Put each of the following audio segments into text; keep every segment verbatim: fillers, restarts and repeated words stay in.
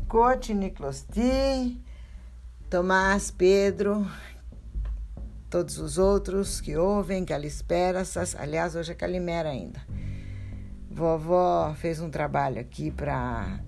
Cote, Niclosti, Tomás, Pedro, todos os outros que ouvem, Calisperaças. Aliás, hoje é Calimera ainda. Vovó fez um trabalho aqui para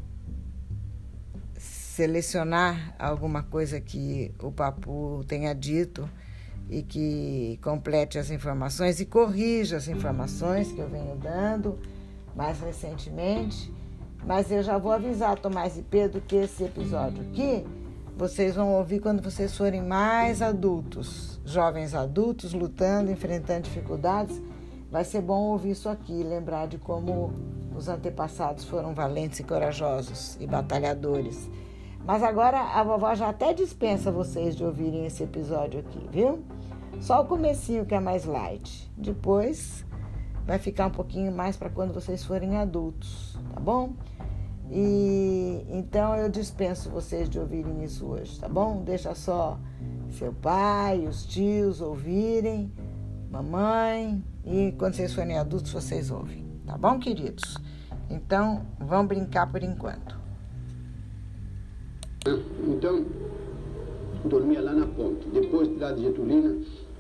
selecionar alguma coisa que o Papu tenha dito e que complete as informações e corrija as informações que eu venho dando mais recentemente. Mas eu já vou avisar, Tomás e Pedro, que esse episódio aqui vocês vão ouvir quando vocês forem mais adultos, jovens adultos, lutando, enfrentando dificuldades. Vai ser bom ouvir isso aqui, lembrar de como os antepassados foram valentes e corajosos e batalhadores. Mas agora a vovó já até dispensa vocês de ouvirem esse episódio aqui, viu? Só o comecinho que é mais light. Depois vai ficar um pouquinho mais para quando vocês forem adultos, tá bom? E então eu dispenso vocês de ouvirem isso hoje, tá bom? Deixa só seu pai, os tios ouvirem, mamãe, e quando vocês forem adultos vocês ouvem, tá bom, queridos? Então, vamos brincar por enquanto. Então, dormia lá na ponte. Depois de lá de Getulina,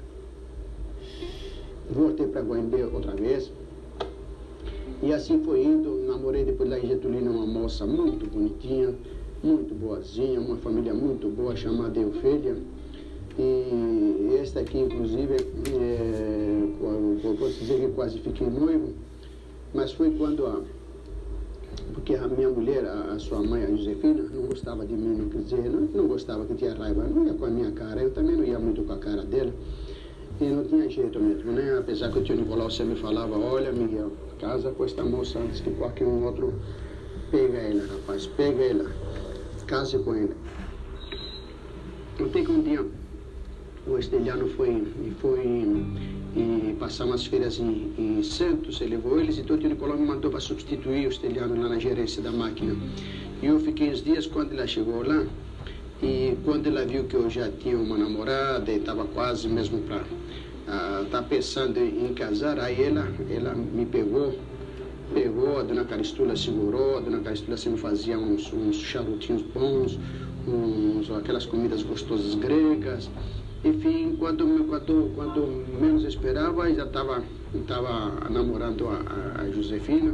voltei para Guaimbê outra vez. E assim foi indo. Namorei depois lá em Getulina uma moça muito bonitinha, muito boazinha, uma família muito boa, chamada Eufélia. E esta aqui, inclusive, é, eu posso dizer que quase fiquei noivo, mas foi quando a... Porque a minha mulher, a, a sua mãe, a Josefina, não gostava de mim, não quer dizer, não, não gostava, que tinha raiva, não ia com a minha cara, eu também não ia muito com a cara dela, e não tinha jeito mesmo, né? Apesar que o tio Nicolau sempre falava, olha, Miguel, casa com esta moça antes que qualquer um outro pega ela, rapaz, pega ela, case com ela. Até que um dia o Esteliano foi, foi e passar umas férias em, em Santos, ele levou eles, então o tio Nicolau me mandou para substituir o Esteliano lá na gerência da máquina. E eu fiquei uns dias quando ela chegou lá, e quando ela viu que eu já tinha uma namorada e estava quase mesmo para estar uh, tá pensando em, em casar, aí ela, ela me pegou, pegou, a dona Caristula segurou, a dona Caristula sempre fazia uns, uns charutinhos bons, uns, aquelas comidas gostosas gregas. Enfim, quando, quando, quando menos esperava, já estava estava namorando a, a Josefina,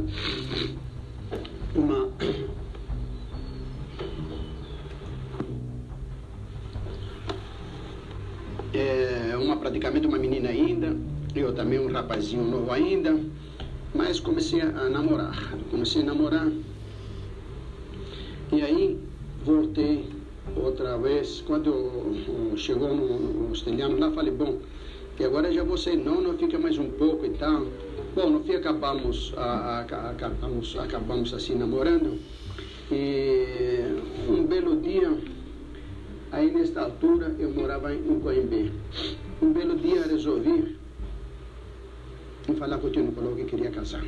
uma, é, uma praticamente uma menina ainda, eu também um rapazinho novo ainda, mas comecei a namorar, comecei a namorar, e aí voltei outra vez, quando chegou no, no Esteliano lá, falei, bom, e agora já você não, não fica mais um pouco e tal. Bom, no fim acabamos, a, a, acabamos, acabamos assim namorando, e um belo dia, aí nesta altura eu morava em Coimbé, um belo dia resolvi falar com o tio Nicolau que queria casar.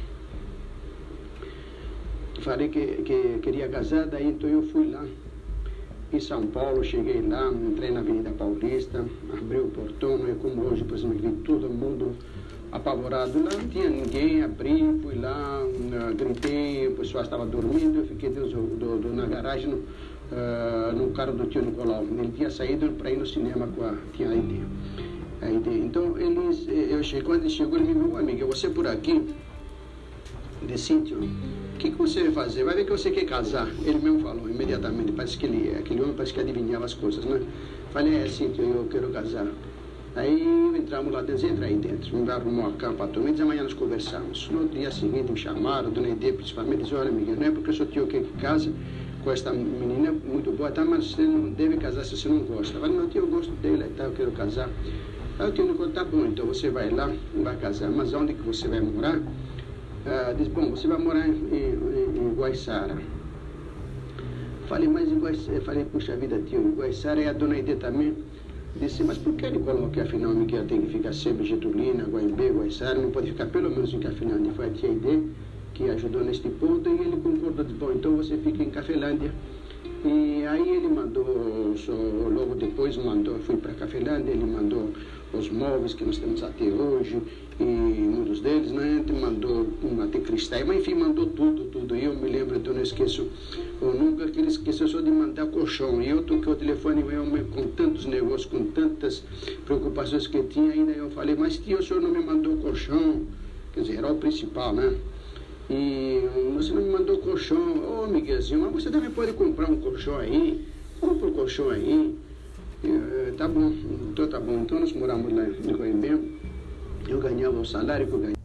Falei que, que queria casar, daí então eu fui lá em São Paulo, cheguei lá, entrei na Avenida Paulista, abri o portão, e como hoje, por exemplo, vi todo mundo apavorado lá, não tinha ninguém, abri, fui lá, gritei, o pessoal estava dormindo, eu fiquei do, do, do, na garagem, no, uh, no carro do tio Nicolau. Ele tinha saído para ir no cinema com a, tinha a ideia. A ideia. Então, eles, eu cheguei, quando ele chegou, ele me falou, amiga, você por aqui, de sítio, o que, que você vai fazer? Vai ver que você quer casar. Ele mesmo falou imediatamente, parece que ele, aquele homem parece que adivinhava as coisas, né? Falei, é assim, eu quero casar. Aí entramos lá dentro, entra aí dentro, me arrumou a cama para turma, e amanhã nós conversamos. No dia seguinte me chamaram, dona Ide principalmente, disse, olha, amiga, não é porque eu sou tio que casa com esta menina muito boa, tá? Mas você não deve casar se você não gosta. Eu falei, não, tio, eu gosto dele, tá, eu quero casar. Aí o tio me falou, tá bom, então você vai lá, vai casar, mas onde que você vai morar? Uh, disse, bom, você vai morar em, em, em Guaiçara. Falei, mas em Guaiçara, falei, puxa vida, tio, em Guaiçara, e a dona Ide também disse, mas por que ele colocou que afinal Miguel tem que ficar sempre Getulina, Guaimbê, Guaiçara, não pode ficar pelo menos em Cafelândia? Foi a tia Ide que ajudou neste ponto, e ele concordou, disse, bom, então você fica em Cafelândia. E aí ele mandou, logo depois mandou, fui para Cafelândia, ele mandou os móveis que nós temos até hoje, e muitos deles, né, a gente mandou um até cristais, mas enfim, mandou tudo, tudo. E eu me lembro, então não esqueço, eu nunca que ele esqueceu só de mandar colchão. E eu toquei o telefone eu, com tantos negócios, com tantas preocupações que tinha, ainda eu falei, mas tio, o senhor não me mandou colchão? Quer dizer, era o principal, né? E você não me mandou colchão. Ô, oh, Miguelzinho, mas você também pode comprar um colchão aí, compra um colchão aí. E, tá bom, então tá bom. Então nós moramos lá em Coimbra. Eu ganhava o salário que eu ganhava.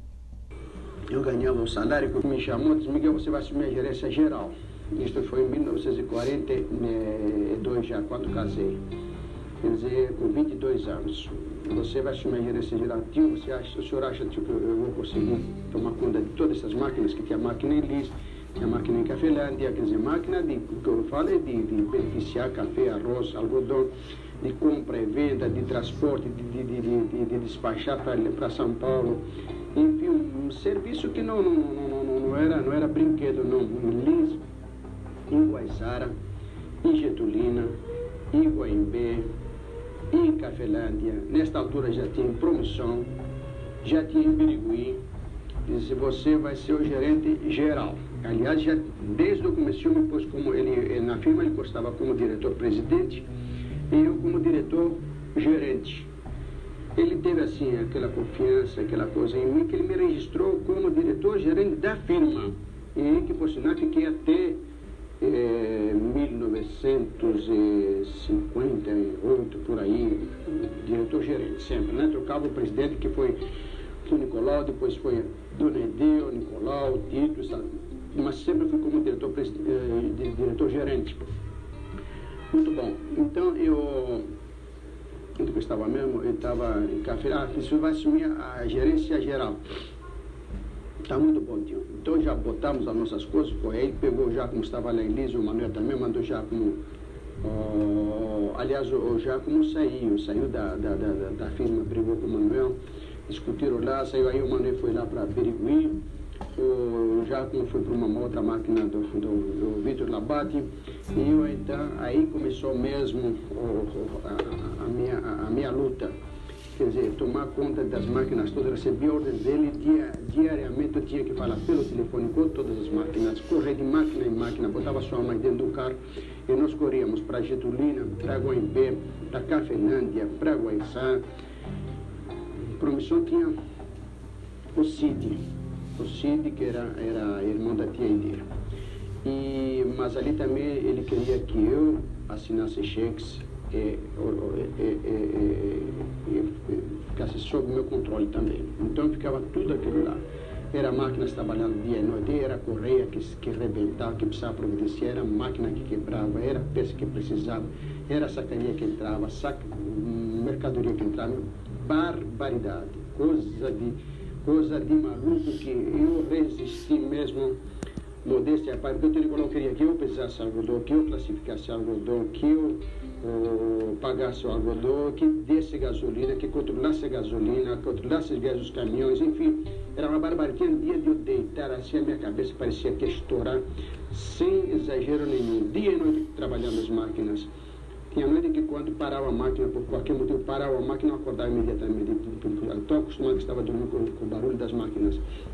Eu ganhava o salário que me chamou, disse, Miguel, você vai assumir a gerência geral. Isto foi em mil novecentos e quarenta e dois já, quando casei. Quer dizer, com vinte e dois anos. Você vai assumir a gerência geral. Tio, você acha, o senhor acha tio, que eu vou conseguir tomar conta de todas essas máquinas, que tinha máquina em Lis, tinha máquina em Cafelândia, quer dizer, máquina de, o que eu falo é de, de beneficiar café, arroz, algodão, de compra e venda, de transporte, de, de, de, de, de despachar para São Paulo. Enfim, um serviço que não, não, não, não, não, era, não era brinquedo, não. Em Lis, em Guaiçara, em Getulina, em Guaimbé, em Cafelândia. Nesta altura já tinha em Promissão, já tinha em Birigui. Disse, você vai ser o gerente geral. Aliás, já, desde o começo me pôs como ele, na firma ele postava como diretor-presidente e eu como diretor-gerente. Ele teve assim aquela confiança, aquela coisa em mim, que ele me registrou como diretor-gerente da firma. E que, por sinal, fiquei até eh, mil novecentos e cinquenta e oito, por aí, diretor-gerente, sempre, né? Trocava o presidente, que foi o Nicolau, depois foi Dona Edê, o Nicolau, o Tito, sabe? Mas sempre fui como diretor-gerente. Eh, diretor-gerente. Muito bom. Então, eu... Onde eu estava mesmo? Eu estava em café. Ah, isso vai assumir a gerência geral. Está muito bom, tio. Então já botamos as nossas coisas, foi aí, pegou já como estava lá em Liso, o Manuel também mandou já como... Oh, aliás, o Giacomo saiu, saiu da, da, da, da firma, brigou com o Manuel, discutiram lá, saiu aí, o Manuel foi lá para Birigui, o Giacomo foi para uma outra máquina do, do, do Vitor Labate, e eu então, aí começou mesmo o, a, a, minha, a, a minha luta. Quer dizer, tomar conta das máquinas todas, receber ordens dele, dia, diariamente eu tinha que falar pelo telefone com todas as máquinas, correr de máquina em máquina, botava sua mãe dentro do carro e nós corríamos para Getulina, para Guaimbé, para Cafelândia, para Guaiçá. Promissão tinha o Cid, o Cid que era, era irmão da tia Indira. E, mas ali também ele queria que eu assinasse cheques, E, e, e, e, e ficasse sob o meu controle também. Então ficava tudo aquilo lá. Era máquinas trabalhando dia e noite, era correia que, que rebentava, que precisava providenciar, era máquina que quebrava, era peça que precisava, era sacaria que entrava, sac, mercadoria que entrava, barbaridade, coisa de, coisa de maluco que eu resisti mesmo. Modéstia, pai, porque o Nicolau queria que eu pesasse algodão, que eu classificasse algodão, que eu uh, pagasse o algodão, que desse gasolina, que controlasse a gasolina, controlasse os gás dos caminhões, enfim, era uma barbaridade. Tinha um dia de eu deitar assim, a minha cabeça parecia que ia estourar, sem exagero nenhum, dia e noite trabalhando as máquinas. Tinha noite que quando parava a máquina, por qualquer motivo, parava a máquina, eu acordava imediatamente. Estou acostumado que estava dormindo com, com o barulho das máquinas.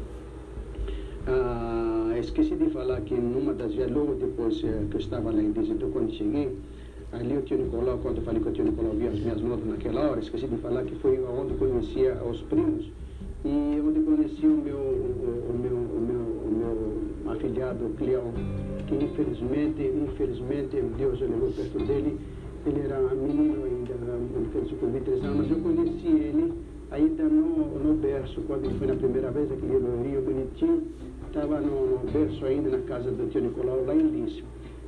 Ah, esqueci de falar que numa das vezes, logo depois eh, que eu estava lá em Visito, quando cheguei, ali o tio Nicolau, quando eu falei que o tio Nicolau via as minhas notas naquela hora, esqueci de falar que foi onde conhecia os primos e onde conheci o meu, o, o meu, o meu, o meu afilhado Cleão, que infelizmente, infelizmente, Deus o levou perto dele, ele era menino ainda, ele fez com vinte e três anos, mas eu conheci ele ainda no, no berço, quando ele foi na primeira vez, aquele loirinho bonitinho, estava no, no berço ainda na casa do tio Nicolau, lá em Lício.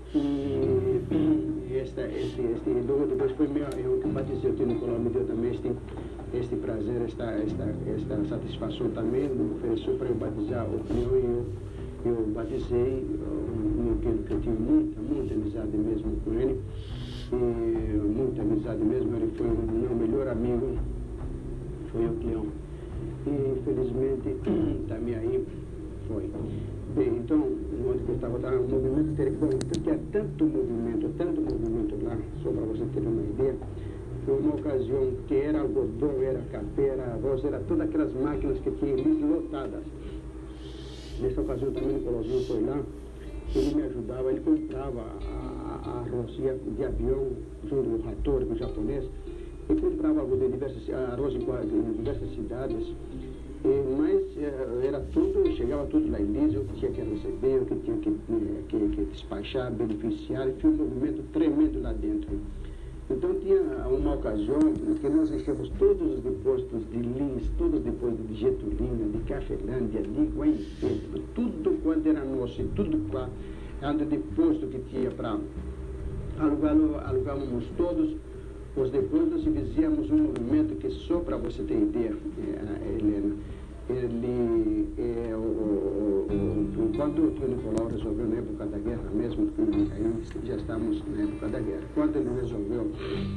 E esta, este, este, logo depois foi meu, eu que batizei o tio Nicolau, me deu também este, este prazer, esta, esta, esta satisfação também, me ofereceu para eu batizar o Cleo e eu, eu batizei, um, que, que eu tive muita, muita amizade mesmo com ele, e muita amizade mesmo, ele foi o meu melhor amigo, foi o Cleão. E infelizmente também aí foi. Bem, então, onde eu estava, estava um movimento, bom, então tinha tanto movimento, tanto movimento lá, só para você ter uma ideia, Foi uma ocasião que era algodão, era café, era arroz, era todas aquelas máquinas que tinham ali lotadas. Nessa ocasião também o Nicolozinho foi lá, ele me ajudava, ele comprava a, a arroz de avião junto com o Hattori, com o japonês, e comprava algodão de diversas, arroz em diversas cidades. E, mas era tudo, chegava tudo lá em Lísio, que tinha que receber, que tinha que, que, que despachar, beneficiar, e tinha um movimento tremendo lá dentro. Então tinha uma ocasião que nós enchemos todos os depósitos de Lins, todos os depósitos de Getulina, de Cafelândia, de Guaimpetro, tudo quanto era nosso, tudo quanto era do depósito que tinha para alugar, alugávamos todos os depósitos e fizíamos um movimento que só para você ter ideia, Helena, ele, é, o, o, o, quando o tio Nicolau resolveu na época da guerra mesmo, aí já estamos na época da guerra, quando ele resolveu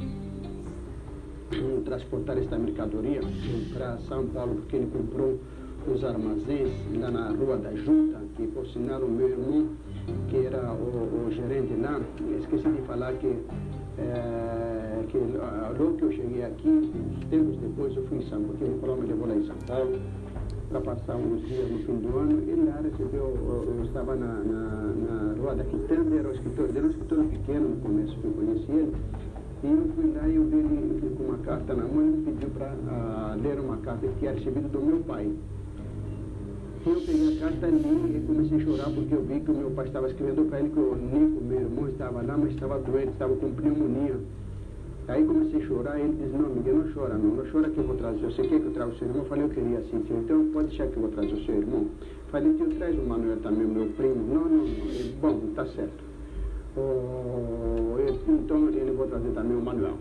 um, transportar esta mercadoria para São Paulo, porque ele comprou os armazéns lá na Rua da Junta, que por sinal o meu irmão, que era o, o gerente lá, esqueci de falar que É, que logo que eu cheguei aqui, uns tempos depois eu fui em São Paulo, porque o Nicolau me levou lá em São Paulo para passar uns dias no fim do ano, e lá recebeu, eu estava na, na, na Rua da Quitanda, era o escritório dele, um escritório pequeno no começo que eu conheci ele, e eu fui lá e eu vi ele com uma carta na mão, ele me pediu para uh, ler uma carta que tinha recebido do meu pai. Eu peguei a carta ali e comecei a chorar porque eu vi que o meu pai estava escrevendo para ele que o Nico, meu irmão, estava lá, mas estava doente, estava com pneumonia. Aí comecei a chorar e ele disse, não, Miguel, não chora não, não chora que eu vou trazer. Você quer que eu traga o seu irmão? Eu falei, eu queria sim, tio, então pode deixar que eu vou trazer o seu irmão. Eu falei, tio, traz o Manuel também, o meu primo. Não, não, não. Ele, bom, tá certo. Oh, eu, então ele vou trazer também o Manuel.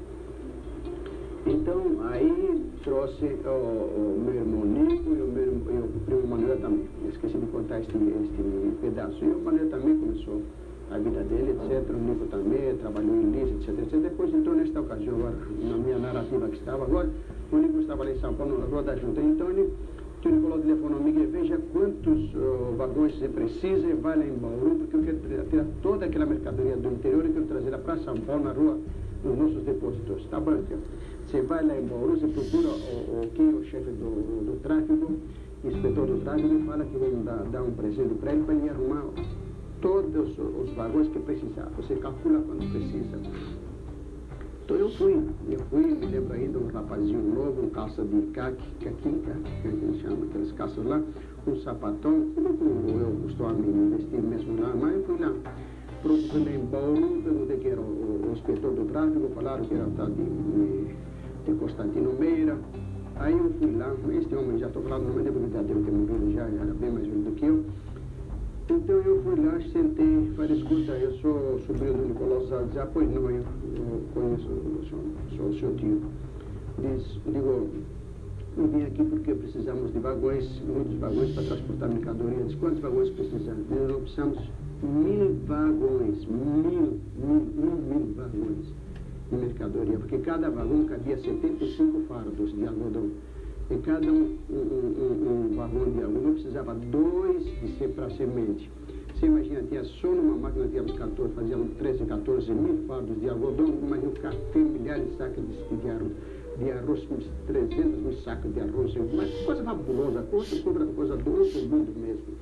Então, aí trouxe o, o meu irmão Nico e o, meu, e o primo Manuel também. Esqueci de contar este, este pedaço. E o Manuel também começou a vida dele, etcétera. O Nico também trabalhou em Lins, etcétera, etcétera. Depois, então, nesta ocasião, agora, na minha narrativa que estava agora, o Nico estava lá em São Paulo, na Rua da Junta. Então, ele, o tio Nicolau telefonou a Miguel, veja quantos uh, vagões você precisa e vai lá em Bauru, porque eu quero tirar toda aquela mercadoria do interior e quero trazer ela para São Paulo, na rua, nos nossos depósitos. Tá bom, tio? Você vai lá em Bauru, você procura o, o, que, o chefe do, do tráfego, o inspetor do tráfego, e fala que vão dar, dar um presente para ele, para ele arrumar todos os, os vagões que precisar. Você calcula quando precisa. Então eu fui, eu fui, me lembro ainda, um rapazinho novo, um calça de caque, caquinca, que a gente chama, aqueles calças lá, um sapatão, como eu costumo me vestir mesmo lá, mas eu fui lá. Procurei em Bauru, perguntei que era o, o, o inspetor do tráfego, falaram que era o tal de, de, de Constantino Meira. Aí eu fui lá, este homem, já estou falando, não me lembro verdadeiro que morreu já, já era bem mais velho do que eu. Então eu fui lá, sentei, falei, escuta, eu sou sobrinho do Nicolau Zá, diz, ah, pois não, eu, eu conheço, eu sou, sou o seu tio. Diz, digo, eu vim aqui porque precisamos de vagões, muitos vagões para transportar mercadoria. Diz, quantos vagões precisamos? Diz, nós precisamos mil vagões, mil, mil, mil, mil vagões de mercadoria, porque cada vagão cabia setenta e cinco fardos de algodão. E cada um, um, um, um vagão de algodão precisava dois de para semente. Você imagina, tinha só numa máquina, tínhamos quatorze, fazíamos treze, quatorze mil fardos de algodão, imagina o café, milhares de sacos de, de arroz, de arroz, trezentos mil sacos de arroz, uma coisa fabulosa, coisa, coisa do outro mundo mesmo.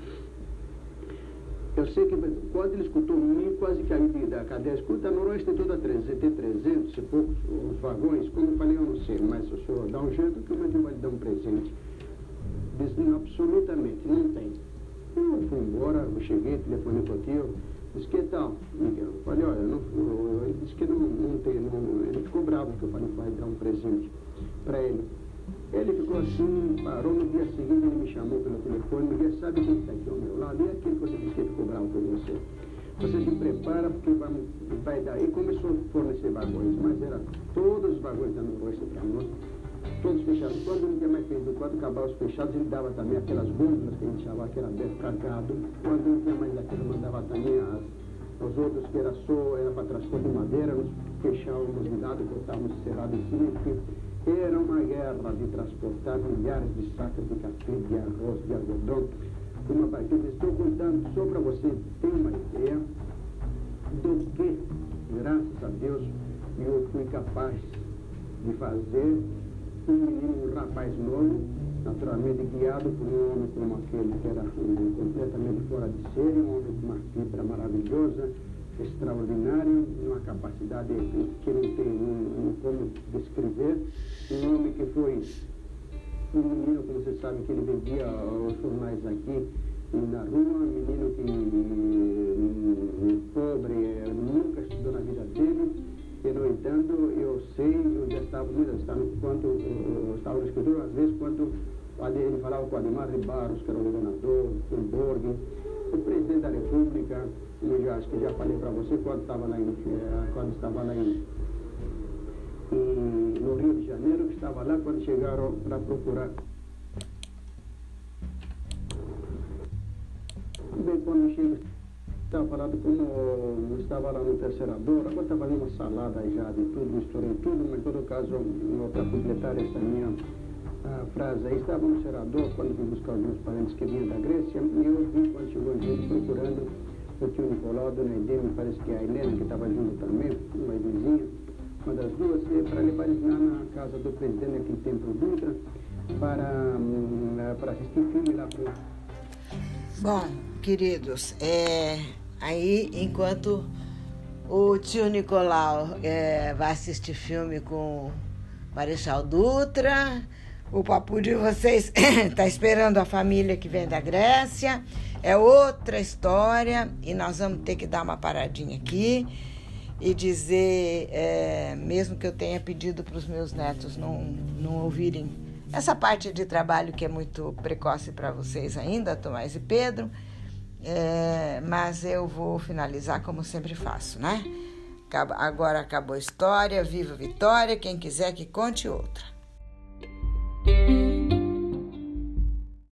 Eu sei que quando ele escutou mil, quase caiu da cadeia. Escuta, Noroeste tem toda trezentos, tem trezentos e poucos os vagões. Como eu falei, eu não sei, mas o senhor dá um jeito que o meu vai lhe dar um presente. Disse, não, absolutamente, não tem. Eu fui embora, eu cheguei, telefonei para o tio. Disse, que tal, Miguel? Eu falei, olha, não, eu, ele disse que não, não tem, não, ele ficou bravo que eu falei que vai dar um presente para ele. Ele ficou assim, parou, no dia seguinte ele me chamou pelo telefone, Miguel, sabe quem está aqui ao meu lado? E aquele que você disse que ficou bravo com você. Você se prepara porque vai, vai dar. E começou a fornecer vagões, mas era todos os vagões da Noroeste para nós, todos fechados. Quando não tinha mais feito, quando acabavam os fechados, ele dava também aquelas gôndolas que a gente chamava que era aberto para gado. Quando não tinha mais daquilo, mandava também as, os outros que era só, era para transporte de madeira, nós fechávamos de lado, botávamos cerrado em cima, porque era uma guerra de transportar milhares de sacos de café, de arroz, de algodão. Uma partida, estou contando só para você ter uma ideia do que, graças a Deus, eu fui capaz de fazer um menino, um rapaz novo, naturalmente guiado por um homem como aquele que era um, completamente fora de série, um homem com uma fibra maravilhosa, extraordinário, uma capacidade que não tem não, não como descrever, um homem que foi um menino, como você sabe, que ele vendia os jornais aqui na rua, um menino que um, pobre, nunca estudou na vida dele, e no entanto eu sei, eu já estava muito, quando eu estava no escritório, às vezes quando ele falava com o Ademar Ribaros, que era o governador, o Borghi, o presidente da República, eu já, acho que já falei para você quando estava lá em, quando estava lá em, em, no Rio de Janeiro, que estava lá quando chegaram para procurar. Bem, quando chego, estava falando como estava lá no terceirador, agora estava ali uma salada já de tudo, misturei tudo, mas em todo caso, para completar esta minha a frase aí, estava no Serador quando vim buscar os meus parentes que vinham da Grécia, e eu vi quando chegou gente procurando o tio Nicolau, a dona Edê, me parece que é a Helena, que estava junto também, uma vizinha, uma das duas, para levar eles lá na casa do presidente aqui em Templo Dutra, para, para assistir filme lá para. Bom, queridos, é, aí enquanto o tio Nicolau é, vai assistir filme com Marechal Dutra, o papu de vocês está esperando a família que vem da Grécia. É outra história e nós vamos ter que dar uma paradinha aqui e dizer, é, mesmo que eu tenha pedido para os meus netos não, não ouvirem essa parte de trabalho que é muito precoce para vocês ainda, Tomás e Pedro, é, mas eu vou finalizar como sempre faço, né? Agora acabou a história, viva a Vitória, quem quiser que conte outra.